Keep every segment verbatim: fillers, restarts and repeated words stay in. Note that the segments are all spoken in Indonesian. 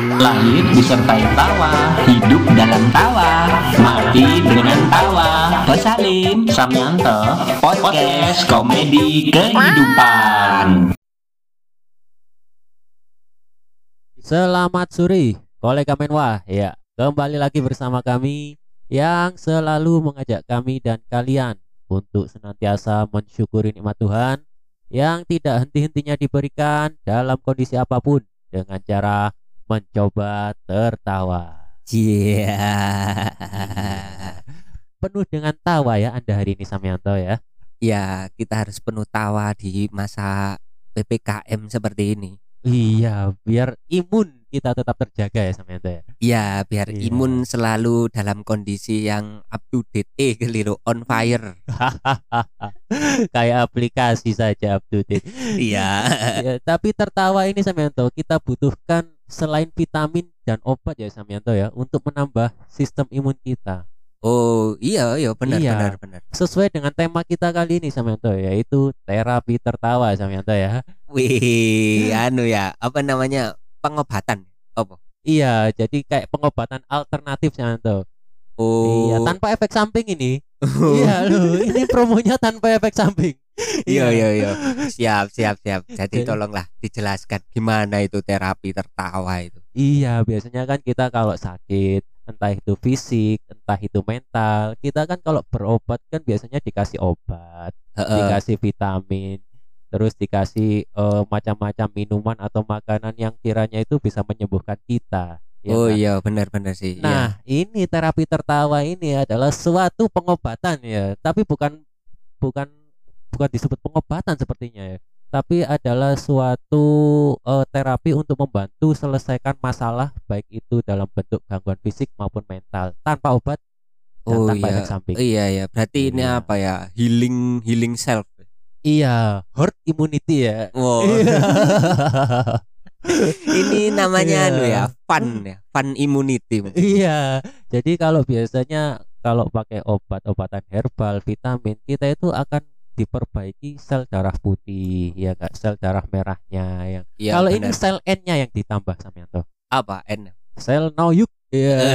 Lahir disertai tawa, hidup dalam tawa, mati dengan tawa. Pesalim Samyanto, podcast komedi kehidupan. Selamat sore, kolega Menwa. Ya, kembali lagi bersama kami yang selalu mengajak kami dan kalian untuk senantiasa mensyukuri nikmat Tuhan yang tidak henti-hentinya diberikan dalam kondisi apapun dengan cara mencoba tertawa. Iya. Yeah. Penuh dengan tawa ya Anda hari ini Samyanto ya. Ya, kita harus penuh tawa di masa P P K M seperti ini. Iya, biar imun kita tetap terjaga ya Samyanto ya. Iya, biar Iya. imun selalu dalam kondisi yang up to date. Eh, keliru, on fire. Kayak aplikasi saja up to date. Iya. Ya, tapi tertawa ini Samyanto kita butuhkan selain vitamin dan obat ya Samyanto ya untuk menambah sistem imun kita. Oh, iya, iya, benar, Iya. benar, benar. Sesuai dengan tema kita kali ini Samyanto yaitu terapi tertawa Samyanto ya. Wih, anu ya, apa namanya? Pengobatan. Apa? Iya, jadi kayak pengobatan alternatif Samyanto. Oh. Iya, tanpa efek samping ini. Iya loh, ini promonya tanpa efek samping. Iya, iya, iya. Siap, siap, siap. Jadi Jadi- tolonglah dijelaskan gimana itu terapi tertawa itu. Iya, biasanya kan kita kalau sakit, entah itu fisik, entah itu mental, kita kan kalau berobat kan biasanya dikasih obat, Heeh. dikasih vitamin, terus dikasih eh, macam-macam minuman atau makanan yang kiranya itu bisa menyembuhkan kita. Ya Oh kan? iya, benar-benar sih. Iya. Nah, ini terapi tertawa ini adalah suatu pengobatan ya, tapi bukan bukan bukan disebut pengobatan sepertinya ya, tapi adalah suatu eh, terapi untuk membantu selesaikan masalah baik itu dalam bentuk gangguan fisik maupun mental tanpa obat dan Oh tanpa iya. efek samping. Iya ya, berarti ini Iya. apa ya? Healing healing self. Iya, herd immunity ya. Wow. Iya. Ini namanya Iya. anu ya, fun ya, fun immunity. Iya, jadi kalau biasanya kalau pakai obat-obatan herbal, vitamin, kita itu akan diperbaiki sel darah putih, ya nggak, sel darah merahnya yang. Iya, Kalau ini benar. sel N-nya yang ditambah Samyanto. Apa N? Sel noyuk. Iya.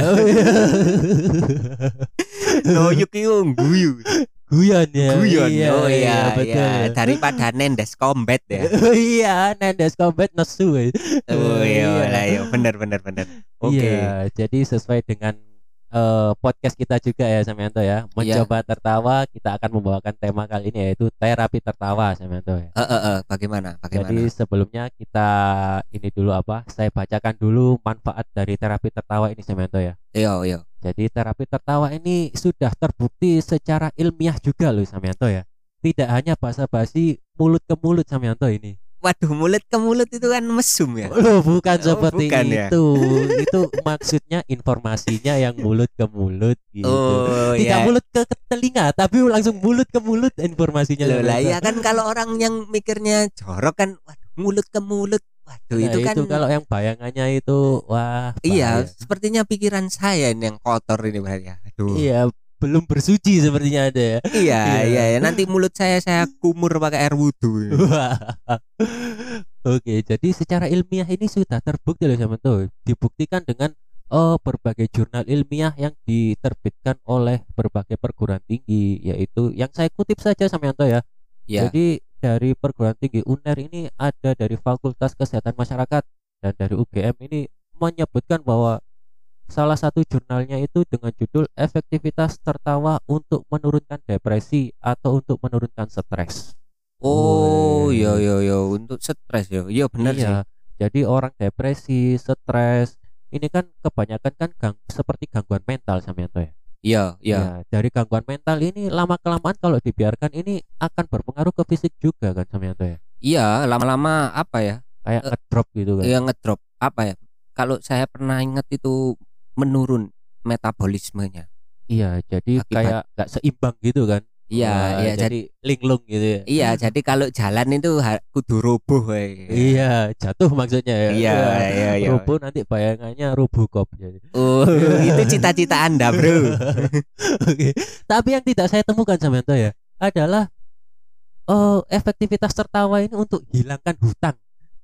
No you guyu. Guyon ya. Guyon. Iya, Oh iya, betul. iya. Daripada nendes combat ya. Iya, Nendes Combat nesu. Oh iya, lah, iya. Benar benar benar. Oke. Iya, jadi sesuai dengan eh, podcast kita juga ya Samyanto ya. Mencoba tertawa, kita akan membawakan tema kali ini yaitu terapi tertawa Samyanto ya. Eh eh eh, bagaimana? Bagaimana? Jadi sebelumnya kita ini dulu apa? Saya bacakan dulu manfaat dari terapi tertawa ini Samyanto ya. Iya, iya. Jadi terapi tertawa ini sudah terbukti secara ilmiah juga loh Samyanto ya. Tidak hanya basa-basi mulut ke mulut Samyanto ini. Waduh, mulut ke mulut itu kan mesum ya. Loh, bukan Oh, seperti bukan ya? itu. Itu maksudnya informasinya yang mulut ke mulut gitu. Oh Tidak ya. mulut ke, ke telinga, tapi langsung mulut ke mulut informasinya. Loh, lah Samyanto. ya kan kalau orang yang mikirnya jorok kan, waduh, mulut ke mulut. Waduh, Nah, itu kan kalau yang bayangannya itu wah iya, bahaya. sepertinya pikiran saya ini yang kotor ini berarti ya. Aduh. Iya, belum bersuci sepertinya ada ya. Iya, Iya. iya, iya. Nanti mulut saya saya kumur pakai air wudhu. Wah. Oke, jadi secara ilmiah ini sudah terbukti loh Samyanto. Dibuktikan dengan eh, berbagai jurnal ilmiah yang diterbitkan oleh berbagai perguruan tinggi, yaitu yang saya kutip saja Samyanto ya. Iya. Jadi dari perguruan tinggi U N E R ini ada dari Fakultas Kesehatan Masyarakat dan dari U G M ini menyebutkan bahwa salah satu jurnalnya itu dengan judul efektivitas tertawa untuk menurunkan depresi atau untuk menurunkan stres. Oh, Wih. iya, iya, iya, untuk stres ya. Iya, benar sih. Iya. Jadi orang depresi, stres ini kan kebanyakan kan gang, seperti gangguan mental Samyanto ya. Iya, iya. Ya, dari gangguan mental ini lama kelamaan kalau dibiarkan ini akan berpengaruh ke fisik juga kan Samyanto ya. Iya, lama-lama apa ya? Kayak Eh, ngedrop gitu kan. Iya, ngedrop. Apa ya? Kalau saya pernah ingat itu menurun metabolismenya. Iya, jadi Akibat- kayak nggak seimbang gitu kan. Iya, Wah, iya, jadi linglung gitu ya. Iya, jadi kalau jalan itu ha- kudu roboh we. Iya, jatuh maksudnya ya. Iya, Wah, iya, iya. Roboh nanti bayangannya Robocop jadi. Oh, itu cita-cita Anda, Bro. Oke. Tapi yang tidak saya temukan Samyanto ya adalah oh, efektivitas tertawa ini untuk hilangkan hutang.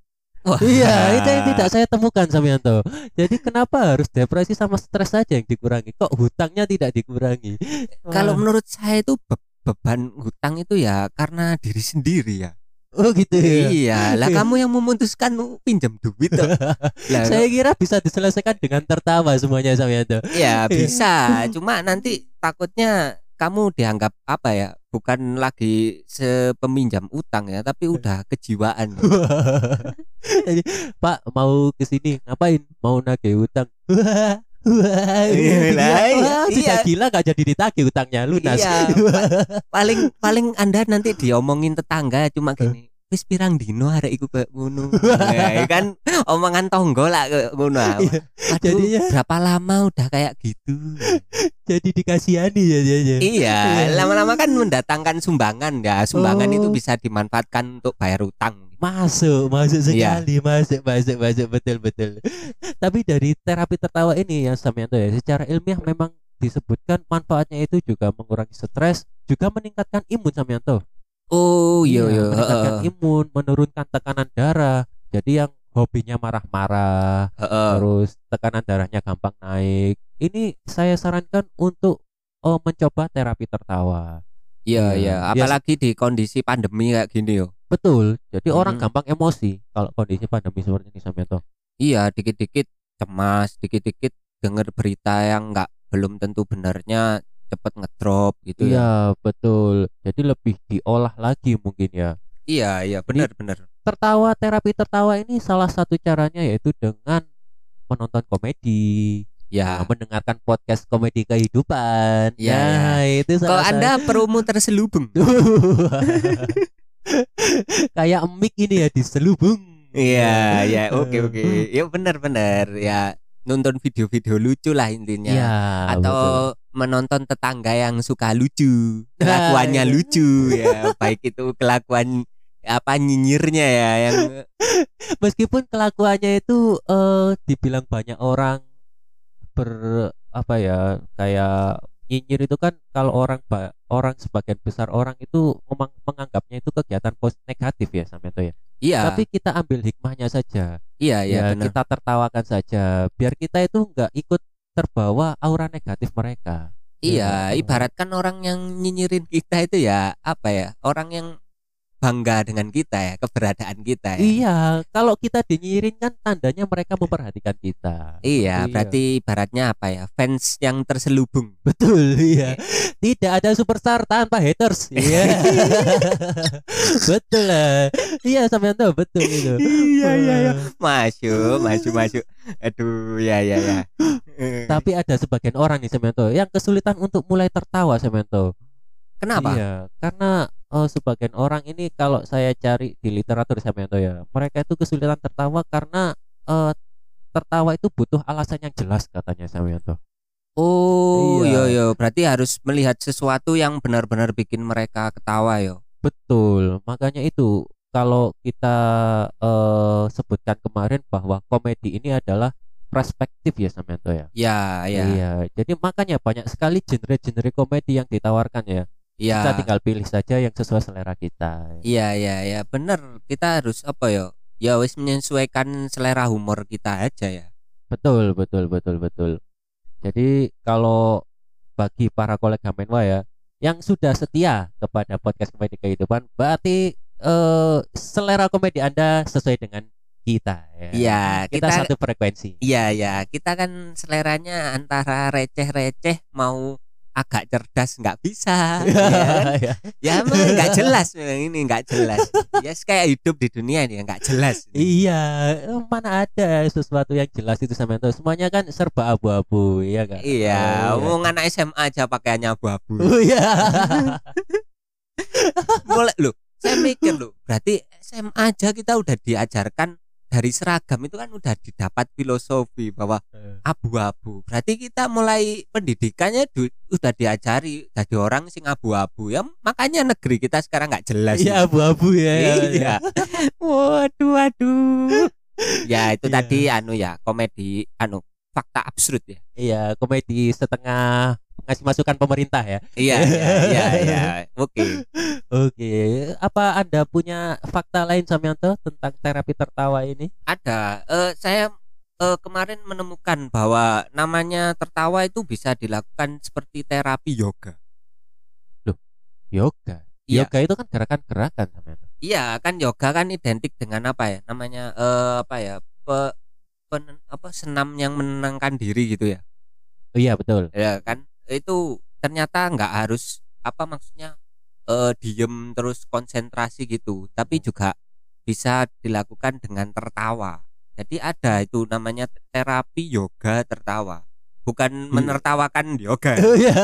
Wah. Iya, itu yang tidak saya temukan Samyanto. Jadi kenapa harus depresi sama stres saja yang dikurangi? Kok hutangnya tidak dikurangi? Kalau Wah. menurut saya itu be- beban hutang itu ya karena diri sendiri ya. Oh gitu ya. Iya, lah kamu yang memutuskan mau pinjam duit toh. Lah Saya kira bisa diselesaikan dengan tertawa semuanya Samyanto. ya bisa, cuma nanti takutnya kamu dianggap apa ya? Bukan lagi sepeminjam utang ya, tapi udah kejiwaan. Jadi, Pak mau ke sini ngapain? Mau nagih utang. Wah, wah, Iya, gitu lah, ya. iya, Wah, sudah iya. gila gak jadi ditagih utangnya lunas. Iya, pa- paling paling Anda nanti diomongin tetangga cuma gini. Wis pirang dino arek iku kayak ngono. Nah, kan omongan tonggo lah kayak ngono. Iya, Aduh, jadinya- berapa lama udah kayak gitu. Jadi dikasihani ya jadinya. Iya, lama-lama kan mendatangkan sumbangan ya. Sumbangan Oh. itu bisa dimanfaatkan untuk bayar utang. Masuk, masuk Iya. sekali, masuk, masuk, masuk, betul, betul. Tapi dari terapi tertawa ini ya Samyanto ya, secara ilmiah memang disebutkan manfaatnya itu juga mengurangi stres, juga meningkatkan imun Samyanto. Oh iya iya. meningkatkan heeh, imun, menurunkan tekanan darah. Jadi yang hobinya marah-marah, heeh. terus tekanan darahnya gampang naik. Ini saya sarankan untuk oh, mencoba terapi tertawa. Iya Iya. iya. Apalagi di kondisi pandemi kayak gini yo. Betul. Jadi orang Mm. gampang emosi kalau kondisi pandemi seperti ini Samyanto. Iya, dikit-dikit cemas, dikit-dikit denger berita yang nggak belum tentu benarnya cepet ngedrop gitu ya. Iya, betul. Jadi lebih diolah lagi mungkin ya. Iya iya benar-benar. Tertawa, terapi tertawa ini salah satu caranya yaitu dengan menonton komedi, Ya. nah, mendengarkan podcast komedi kehidupan. Iya, Nah, itu Kalau salah Anda promo terselubung. satu. Kayak mic ini ya diselubung. Iya ya oke oke. Ya benar-benar ya nonton video-video lucu lah intinya. Iya, Atau betul. menonton tetangga yang suka lucu, kelakuannya Nah, lucu ya, baik itu kelakuan apa nyinyirnya ya yang meskipun kelakuannya itu eh dibilang banyak orang ber apa ya kayak nyinyir itu kan kalau orang ba- orang sebagian besar orang itu memang menganggapnya itu kegiatan pos negatif ya Samyanto ya. iya Tapi kita ambil hikmahnya saja. iya iya Ya, benar. kita tertawakan saja biar kita itu nggak ikut terbawa aura negatif mereka. Iya, Ya. ibaratkan orang yang nyinyirin kita itu ya apa ya? Orang yang bangga dengan kita ya, keberadaan kita ya. Iya, kalau kita dinyirin kan tandanya mereka memperhatikan kita. Iya, berarti ibaratnya apa ya? Fans yang terselubung. Betul, iya. Tidak ada superstar tanpa haters. Iya. Betul lah. Iya, Samyanto, betul itu. Iya, iya, iya. Masuk, masuk, masuk. Aduh, ya ya ya. Tapi ada sebagian orang nih Samyanto yang kesulitan untuk mulai tertawa Samyanto. Kenapa? Iya, karena oh, sebagian orang ini kalau saya cari di literatur Samyanto ya, mereka itu kesulitan tertawa karena eh, tertawa itu butuh alasan yang jelas katanya Samyanto. Oh, Iya. iya iya, berarti harus melihat sesuatu yang benar-benar bikin mereka ketawa yo. Betul, makanya itu kalau kita eh, sebutkan kemarin bahwa komedi ini adalah perspektif ya Samyanto ya. Ya, ya. Iya, jadi makanya banyak sekali genre-genre komedi yang ditawarkan ya. Iya. Kita tinggal pilih saja yang sesuai selera kita. Iya, iya, ya. Bener, kita harus apa yo? Ya wis menyesuaikan selera humor kita aja ya. Betul, betul, betul, betul. Jadi kalau bagi para kolega Menwa ya yang sudah setia kepada podcast komedi kehidupan, berarti eh, selera komedi Anda sesuai dengan kita ya. Iya, kita, kita- satu frekuensi. Iya ya, kita kan seleranya antara receh-receh mau agak cerdas nggak bisa, ya kan? Ya. Ya emang nggak jelas memang ini nggak jelas. Ya kayak hidup di dunia ini nggak jelas. Iya, eh, mana ada sesuatu yang jelas itu Samyanto. Semuanya kan serba abu-abu, ya kan? Iya, Oh, mau anak S M A aja pakaiannya abu-abu. Oh iya. Boleh loh, saya mikir loh, berarti S M A aja kita udah diajarkan dari seragam itu kan udah didapat filosofi bahwa abu-abu. Berarti kita mulai pendidikannya du- udah diajari jadi orang sing abu-abu ya. Makanya negeri kita sekarang nggak jelas. Iya, abu-abu ya. ya, ya. Iya. Waduh, waduh. Ya itu Iya. tadi anu ya komedi anu fakta absurd ya. Iya, komedi setengah ngasih masukan pemerintah ya. Iya, iya, iya, iya. Oke. Oke, apa Anda punya fakta lain Samyanto tentang terapi tertawa ini? Ada. Eh, saya eh, kemarin menemukan bahwa namanya tertawa itu bisa dilakukan seperti terapi yoga. Loh, yoga. Iya. Yoga itu kan gerakan-gerakan Samyanto. Iya, kan yoga kan identik dengan apa ya? Namanya eh, apa ya? Pe, pen- apa senam yang menenangkan diri gitu ya. Oh iya betul. Ya kan? Itu ternyata nggak harus apa maksudnya eh, diem terus konsentrasi gitu, tapi juga bisa dilakukan dengan tertawa. Jadi ada itu namanya terapi yoga tertawa, bukan menertawakan yoga. Oh iya.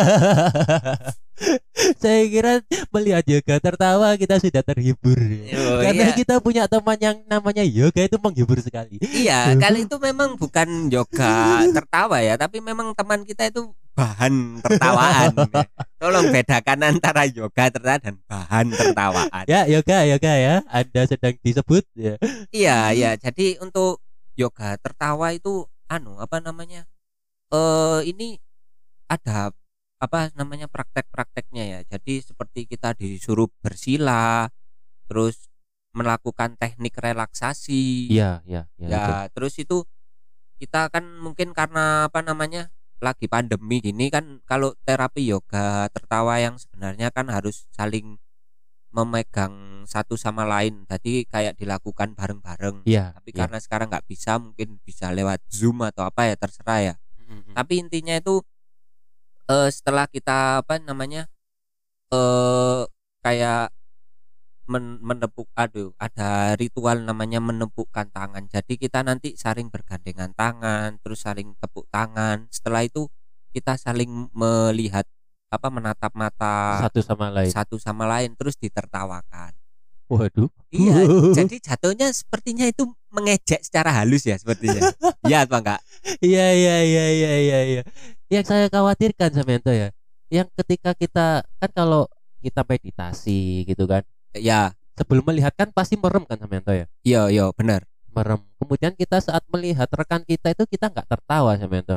Saya kira melihat yoga tertawa kita sudah terhibur. Oh, Karena iya. kita punya teman yang namanya yoga itu menghibur sekali. Iya, kali itu memang bukan yoga tertawa ya, tapi memang teman kita itu bahan tertawaan. Ya. Tolong bedakan antara yoga tertawa dan bahan tertawaan. Ya yoga yoga ya, Anda sedang disebut ya. Iya, iya. Jadi untuk yoga tertawa itu anu apa namanya? Eh ini ada apa namanya praktek-prakteknya ya. Jadi seperti kita disuruh bersila, terus melakukan teknik relaksasi. Iya, iya, iya. Ya, betul. terus itu kita kan mungkin karena apa namanya? Lagi pandemi gini kan, kalau terapi yoga tertawa yang sebenarnya kan harus saling memegang satu sama lain. Jadi kayak dilakukan bareng-bareng. Iya, Tapi iya. karena sekarang nggak bisa, mungkin bisa lewat Zoom atau apa ya, terserah ya. Mm-mm. Tapi intinya itu eh, setelah kita apa namanya eh kayak men- menepuk aduh ada ritual namanya menepukkan tangan. Jadi kita nanti saling bergandengan tangan, terus saling tepuk tangan. Setelah itu kita saling melihat apa menatap mata Satu sama lain. satu sama lain, terus ditertawakan. Waduh. Iya, jadi jatuhnya sepertinya itu mengejek secara halus ya sepertinya. Iya apa enggak? Iya, iya, iya, iya, iya, iya. Yang saya khawatirkan Samyanto ya, yang ketika kita kan kalau kita meditasi gitu kan, Ya, sebelum melihat kan pasti merem kan Samyanto ya. iya iya benar. Merem. Kemudian kita saat melihat rekan kita itu kita nggak tertawa Samyanto.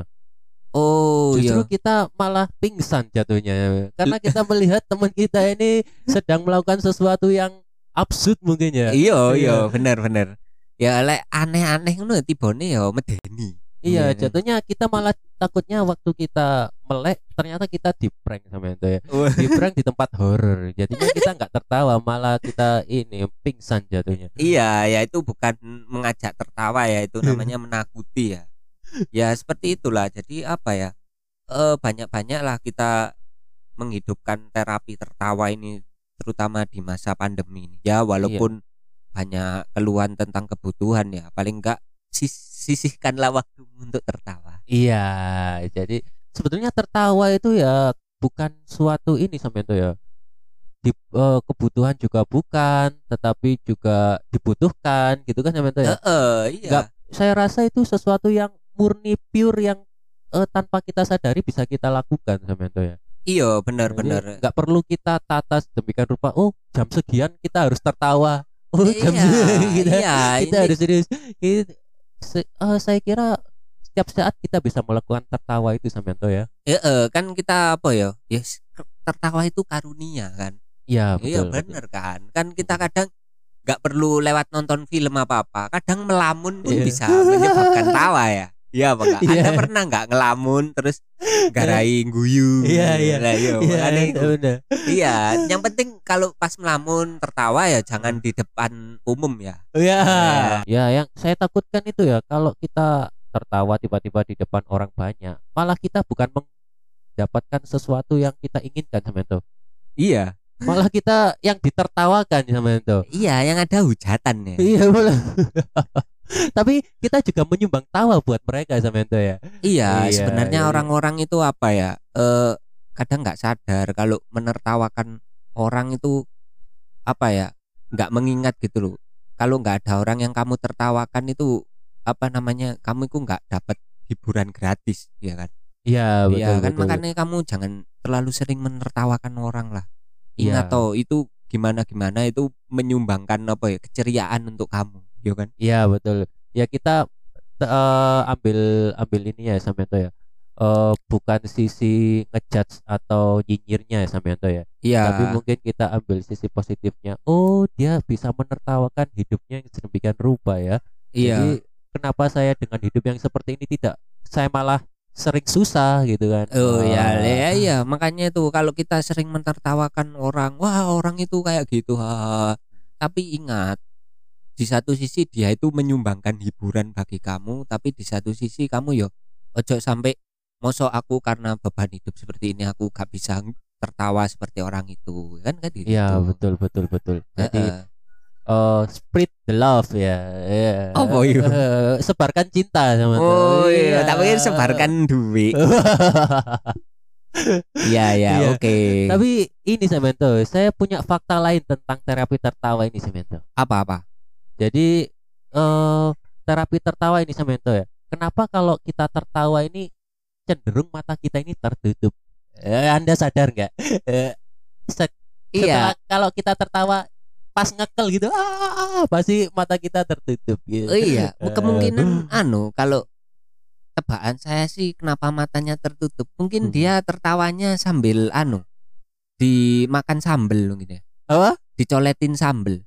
Oh Justru iya. kita malah pingsan jatuhnya karena kita melihat teman kita ini sedang melakukan sesuatu yang absurd mungkin ya. Iya iya Iya. benar benar. Ya lek aneh-aneh ngono tibone ya medeni. Iya, Iya. jatuhnya kita malah takutnya waktu kita melek ternyata kita di prank sama itu ya. Wah. Di prank di tempat horor. Jadinya kita nggak tertawa, malah kita ini pingsan jatuhnya. Iya, ya itu bukan mengajak tertawa ya, itu namanya menakuti ya. Ya seperti itulah. Jadi apa ya? Eh banyak-banyaklah kita menghidupkan terapi tertawa ini terutama di masa pandemi ini. Ya walaupun banyak keluhan tentang kebutuhan ya, paling enggak sis- sisihkanlah waktu untuk tertawa. Iya, jadi sebetulnya tertawa itu ya bukan suatu ini sampai itu ya. Di, eh, kebutuhan juga bukan, tetapi juga dibutuhkan gitu kan sampai itu ya. Heeh, iya. Nggak, saya rasa itu sesuatu yang murni pure yang eh, tanpa kita sadari bisa kita lakukan sampai itu ya. Iya, Jadi benar-benar. nggak perlu kita tata sedemikian rupa. Oh, jam sekian kita harus tertawa. Oh, jam Iya, sekian kita, iya, kita ini- harus serius. It- se- eh, saya kira setiap saat kita bisa melakukan tertawa itu Samyanto ya. Heeh, kan kita apa ya? Yes, tertawa itu karunia kan. Iya, Iya betul. bener kan. Kan kita kadang nggak perlu lewat nonton film apa-apa. Kadang melamun pun Iya. bisa menyebabkan tawa ya. Iya apa enggak? Iya. Anda pernah nggak ngelamun terus garai guyu? Iya, iya. Lah, iya, Iya, makanya iya, itu. benar. Iya, yang penting kalau pas melamun tertawa ya jangan di depan umum ya. Iya. Iya. Ya, yang saya takutkan itu ya kalau kita tertawa tiba-tiba di depan orang banyak, malah kita bukan mendapatkan sesuatu yang kita inginkan Samyanto. Iya. Malah kita yang ditertawakan Samyanto. Iya, yang ada hujatan ya. Iya malah. Tapi kita juga menyumbang tawa buat mereka Samyanto ya. Iya, Iya, sebenarnya iya. orang-orang itu apa ya? Eh kadang nggak sadar kalau menertawakan orang itu apa ya? Nggak mengingat gitu loh. Kalau nggak ada orang yang kamu tertawakan itu apa namanya? Kamu itu nggak dapat hiburan gratis, ya kan? Iya betul Iya kan, betul. makanya kamu jangan terlalu sering menertawakan orang lah. Iya. Ingat toh itu gimana gimana itu menyumbangkan apa ya? Keceriaan untuk kamu, ya kan? Iya betul. Ya kita te- eh, ambil ambil ini ya Samyanto ya. eh, bukan sisi ngejudge atau nyinyirnya ya Samyanto ya. Iya. Tapi mungkin kita ambil sisi positifnya. Oh, dia bisa menertawakan hidupnya yang sedemikian rupa ya. Iya. Jadi kenapa saya dengan hidup yang seperti ini tidak, saya malah sering susah gitu kan. Oh ya, Wah. ya, iya makanya itu kalau kita sering menertawakan orang, wah orang itu kayak gitu, ha. Tapi ingat, di satu sisi dia itu menyumbangkan hiburan bagi kamu, tapi di satu sisi kamu yo ojo sampai mosok aku karena beban hidup seperti ini aku gak bisa tertawa seperti orang itu, kan kan gitu. Iya, betul betul betul. Jadi Heeh. eh spread the love ya. Ya. Apa itu? Eh, sebarkan cinta sama Oh iya, tak pikir sebarkan duit. Iya ya, Iya. oke. Tapi ini Samyanto, saya punya fakta lain tentang terapi tertawa ini Samyanto. Apa-apa? Jadi eh terapi tertawa ini Samyanto ya. Kenapa kalau kita tertawa ini cenderung mata kita ini tertutup? Eh, Anda sadar nggak? Eh, se- Iya. setelah kalau kita tertawa pas ngekel gitu, ah, pasti mata kita tertutup gitu. Oh iya, Eh, kemungkinan anu kalau tebakan saya sih kenapa matanya tertutup? Mungkin Hmm. dia tertawanya sambil anu dimakan sambel mungkin ya. apa? Dicoletin sambel.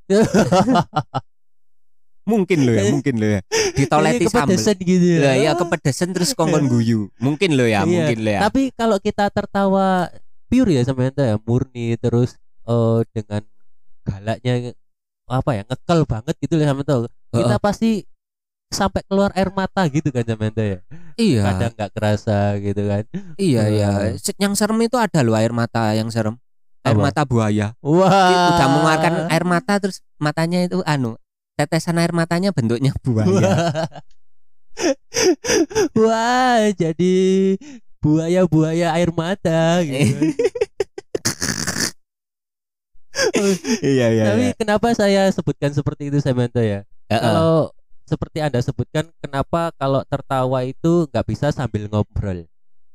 Mungkin loh ya, mungkin loh ya. Ditoleti Ini sambel. kepedesan gitu ya. Lah ya kepedesan terus kongkon guyu. Mungkin loh ya, Iya. mungkin loh ya. Tapi kalau kita tertawa pure ya Samyanto ya, murni terus eh, dengan galaknya apa ya, ngekel banget gitu loh Samyanto. Kita pasti sampai keluar air mata gitu kan Samyanto ya. Iya. Kadang nggak kerasa gitu kan. Iya iya. Eh. Se- Yang serem itu ada loh air mata yang serem. Air Apa? mata buaya. Wah. Dia udah mengeluarkan air mata terus matanya itu anu tetesan air matanya bentuknya buaya. Wah, jadi buaya-buaya air mata gitu. Iya iya. Tapi iya. kenapa saya sebutkan seperti itu Samyanto ya? Heeh. Kalau seperti Anda sebutkan, kenapa kalau tertawa itu nggak bisa sambil ngobrol?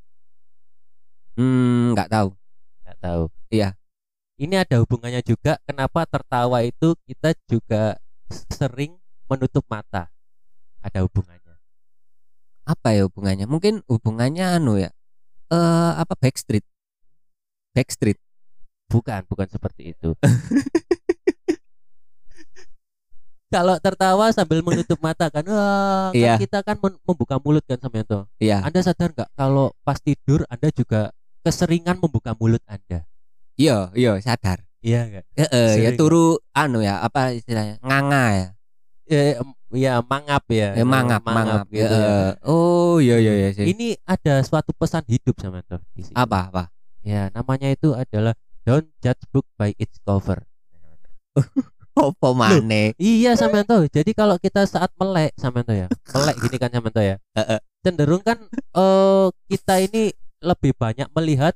Hmm, nggak tahu. Nggak tahu. Iya. Ini ada hubungannya juga. Kenapa tertawa itu kita juga sering menutup mata? Ada hubungannya. Apa ya hubungannya? Mungkin hubungannya anu ya. Eh apa Backstreet? Backstreet. Bukan, bukan seperti itu. Kalau tertawa sambil menutup mata kan, wah, kan Iya. kita kan men- membuka mulut kan Samyanto. Iya. Anda sadar nggak kalau pas tidur Anda juga keseringan membuka mulut Anda? Iya, iya sadar. Iya nggak? Heeh, ya Sering. turu anu ya, apa istilahnya? Nganga ya. Eh, em, ya mangap ya. Ya mangap, mangap gitu ya. Heeh. Oh, iya iya iya sih. Ini ada suatu pesan hidup Samyanto di sini. Apa apa? Ya, namanya itu adalah don't judge book by its cover. Opo maneh? Iya Samyanto. Jadi kalau kita saat melek Samyanto ya, melek gini kan Samyanto ya. Heeh. Cenderung kan eh kita ini lebih banyak melihat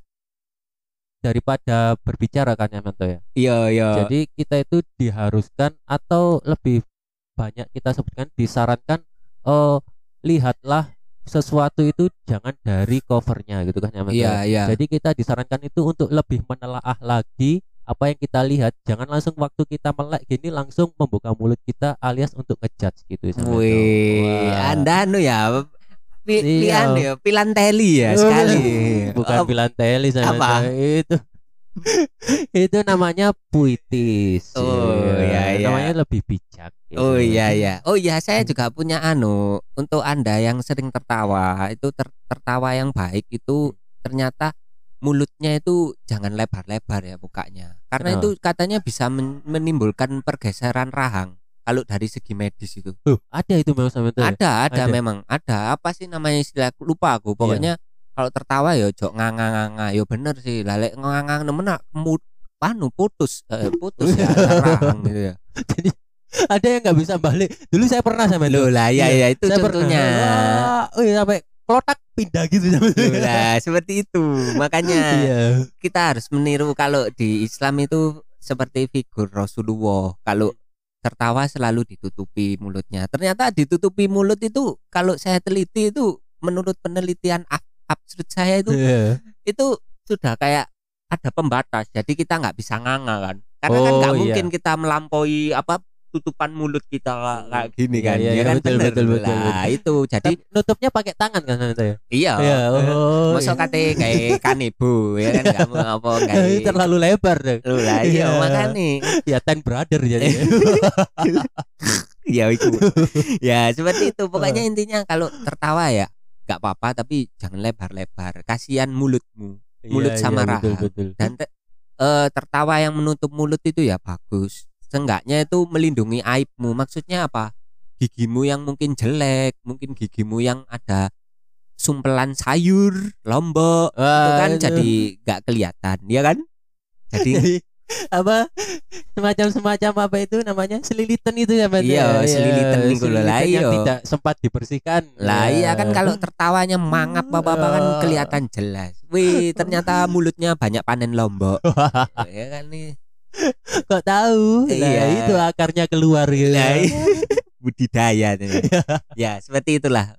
daripada berbicara kan Samyanto ya. Iya iya. Jadi kita itu diharuskan atau lebih banyak kita sebutkan disarankan eh lihatlah sesuatu itu jangan dari covernya gitu kan Samyanto. Iya iya. Jadi kita disarankan itu untuk lebih menelaah lagi apa yang kita lihat, jangan langsung waktu kita melek gini langsung membuka mulut kita alias untuk ngejudge gitu Samyanto. Wih, Wah. Anda anu ya. Pi- Iya. Pian ya, pilanteli ya sekali. Bukan Oh, pilanteli Samyanto. Apa? Itu itu namanya puitis. Oh, iya, iya. Namanya lebih bijak gitu. Oh iya iya. Oh iya, saya juga punya anu untuk Anda yang sering tertawa. Itu ter- tertawa yang baik itu ternyata mulutnya itu jangan lebar-lebar ya bukanya. Karena Kenapa? itu katanya bisa men- menimbulkan pergeseran rahang. Kalau dari segi medis itu. Tuh, ada itu memang Samyanto. ya? Ada, ada Ada. memang. Ada apa sih namanya istilah lupa aku. Pokoknya kalau tertawa ya jok nganga-nganga. Yo bener sih. Lalek nganga nemen mut panu putus eh, putus ya rahang gitu ya. Jadi ada yang nggak bisa balik. Dulu saya pernah Samyanto. Loh lah ya ya itu Saya contohnya. pernah. Wah, oh iya, sampai klotak pindah gitu Samyanto. Loh lah seperti itu. Makanya Iya. kita harus meniru kalau di Islam itu seperti figur Rasulullah. Kalau tertawa selalu ditutupi mulutnya. Ternyata ditutupi mulut itu kalau saya teliti itu menurut penelitian ab- absurd saya itu Iya. itu sudah kayak ada pembatas. Jadi kita nggak bisa nganga kan. Karena kan Oh, nggak iya. mungkin kita melampaui apa tutupan mulut kita kayak gini Iya, kan. iya, ya iya, kan betul, bener betul, betul, lah itu. Jadi Tapi nutupnya pakai tangan kan itu ya? iya. Iya, oh. Masa kate kayak kanebo ya kan kamu apa kayak terlalu lebar deh. lu lah iya Iya. makane. Ya Ten Brother jadi. Ya itu. Ya seperti itu. Pokoknya intinya kalau tertawa ya nggak apa-apa tapi jangan lebar-lebar. Kasihan mulutmu. Mulut Iya, sama iya, betul, rahang. betul. Dan te- eh, tertawa yang menutup mulut itu ya bagus. Seenggaknya itu melindungi aibmu. Maksudnya apa? Gigimu yang mungkin jelek, mungkin gigimu yang ada sumpelan sayur, lombok, itu Wah, kan itu. jadi nggak kelihatan, ya kan? Jadi Jadi apa semacam semacam apa itu namanya selilitan itu ya Mas? Iya, selilitan itu loh, lah, selilitan yang iya. tidak sempat dibersihkan. lah iya Ya. kan kalau tertawanya mangap apa-apa kan Eh. kelihatan jelas. Wih, ternyata mulutnya banyak panen lombok. Ya kan nih. Kok tahu? Lah, Iya. itu akarnya keluar gitu. Lah, budidaya tuh. Ya, seperti itulah.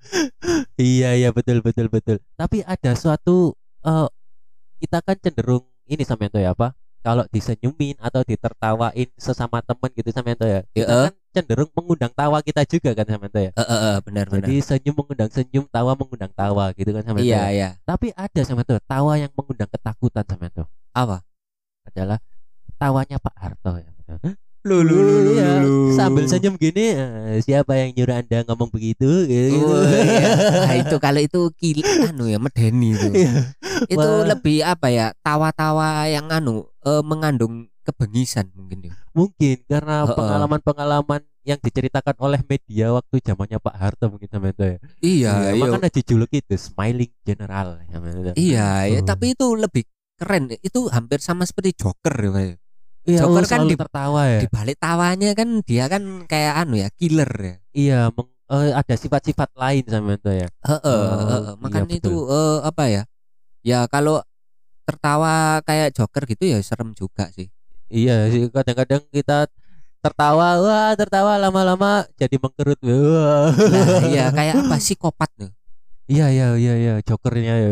Iya iya betul betul betul. Tapi ada suatu eh, kita kan cenderung ini Samyanto ya apa? Kalau disenyumin atau ditertawain sesama teman gitu Samyanto ya. Kita Heeh. kan cenderung mengundang tawa kita juga kan Samyanto ya. Eh, eh, eh, benar-benar. Jadi senyum mengundang senyum, tawa mengundang tawa gitu kan Samyanto. Iya, ya. iya. Tapi ada Samyanto tawa yang mengundang ketakutan Samyanto. Apa? Adalah tawanya Pak Harto ya. Lu lu lu lu, Iya, lu. sambil senyum gini, eh, siapa yang nyuruh Anda ngomong begitu? Gitu. Oh, iya. Nah, itu kalau itu kil anu ya medeni itu. Iya. Itu Wah. lebih apa ya? Tawa-tawa yang anu eh, mengandung kebengisan mungkin ya. Mungkin karena Heeh. pengalaman-pengalaman yang diceritakan oleh media waktu zamannya Pak Harto mungkin Samyanto ya. Iya, iya. Makanya dijuluk itu Smiling General Samyanto. Iya, ya, Oh. tapi itu lebih keren. Itu hampir sama seperti Joker ya, Pak. Iya, Joker oh, kan selalu di- tertawa ya. Di balik tawanya kan dia kan kayak anu ya, killer ya. Iya, meng- eh, ada sifat-sifat lain Samyanto ya. Heeh, Oh, heeh. iya, Makanya itu betul. eh, apa ya? Ya kalau tertawa kayak Joker gitu ya serem juga sih. Iya, sih, kadang-kadang kita tertawa, wah tertawa lama-lama jadi mengkerut. Wah. Lah, iya kayak apa psikopat tuh. Iya, iya, iya, iya, Jokernya ya.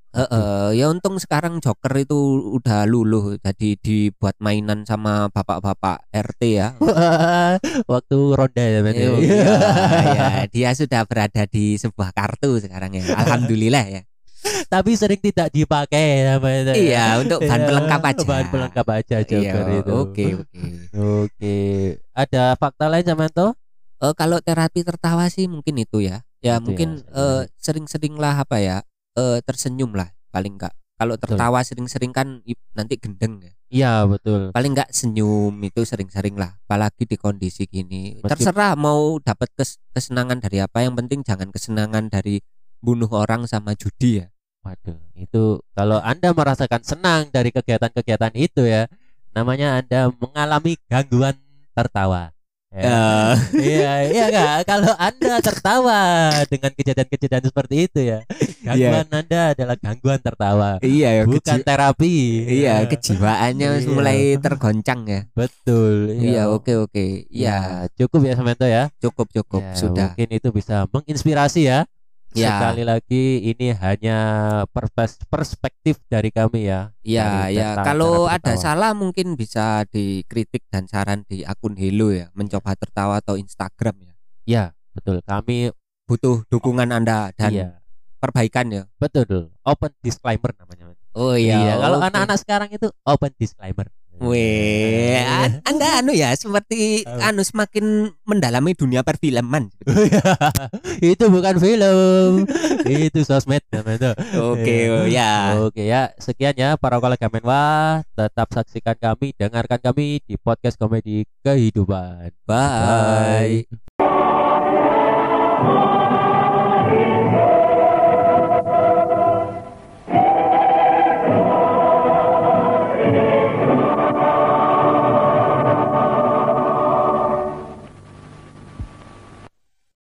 Heeh, ya untung sekarang Joker itu udah luluh jadi dibuat mainan sama bapak-bapak R T ya. Waktu ronda ya berarti. Iya, ya, dia sudah berada di sebuah kartu sekarang ya. Alhamdulillah ya. Tapi sering tidak dipakai apa itu. Iya, untuk bahan Iya, pelengkap aja. Bahan pelengkap aja Joker Iya, itu. Oke, oke. Oke. Ada fakta lain Samyanto? Eh, kalau terapi tertawa sih mungkin itu ya. Ya Itu mungkin ya, eh, sering-seringlah apa ya? Eh, tersenyum lah paling enggak. Kalau Betul. tertawa sering-sering kan i- nanti gendeng ya. Iya, betul. Paling enggak senyum itu sering-sering lah. Apalagi di kondisi gini. Meski- Terserah mau dapat kes- kesenangan dari apa. Yang penting jangan kesenangan dari bunuh orang sama judi ya. Waduh, itu kalau Anda merasakan senang dari kegiatan-kegiatan itu ya, namanya Anda mengalami gangguan tertawa. Ya. Iya, iya enggak? Kalau Anda tertawa dengan kejadian-kejadian seperti itu ya, gangguan Anda adalah gangguan tertawa, Iya ya. bukan terapi. Iya, kejiwaannya Iya. mulai tergoncang ya. Betul. Iya, oke oke. Ya, Iya, cukup ya Samyanto ya. cukup cukup Ya, sudah. Mungkin itu bisa menginspirasi ya. Ya. Sekali lagi ini hanya perpes- perspektif dari kami ya. Ya, Dari ya. tentang Kalau cara ada tertawa. salah mungkin bisa dikritik dan saran di akun Hello ya, mencoba tertawa atau Instagram ya. Ya, betul. Kami Butuh dukungan Anda dan iya, perbaikan ya. betul. Open disclaimer namanya. Oh Iya, kalau oke. anak-anak sekarang itu open disclaimer. Weh, an- Anda anu ya seperti Apa? anu semakin mendalami dunia perfilman. Itu bukan film, itu sosmed namanya. Oke, oh, ya. Oke ya, sekian ya para kolega Menwa. Tetap saksikan kami, dengarkan kami di podcast komedi kehidupan. Bye. Bye.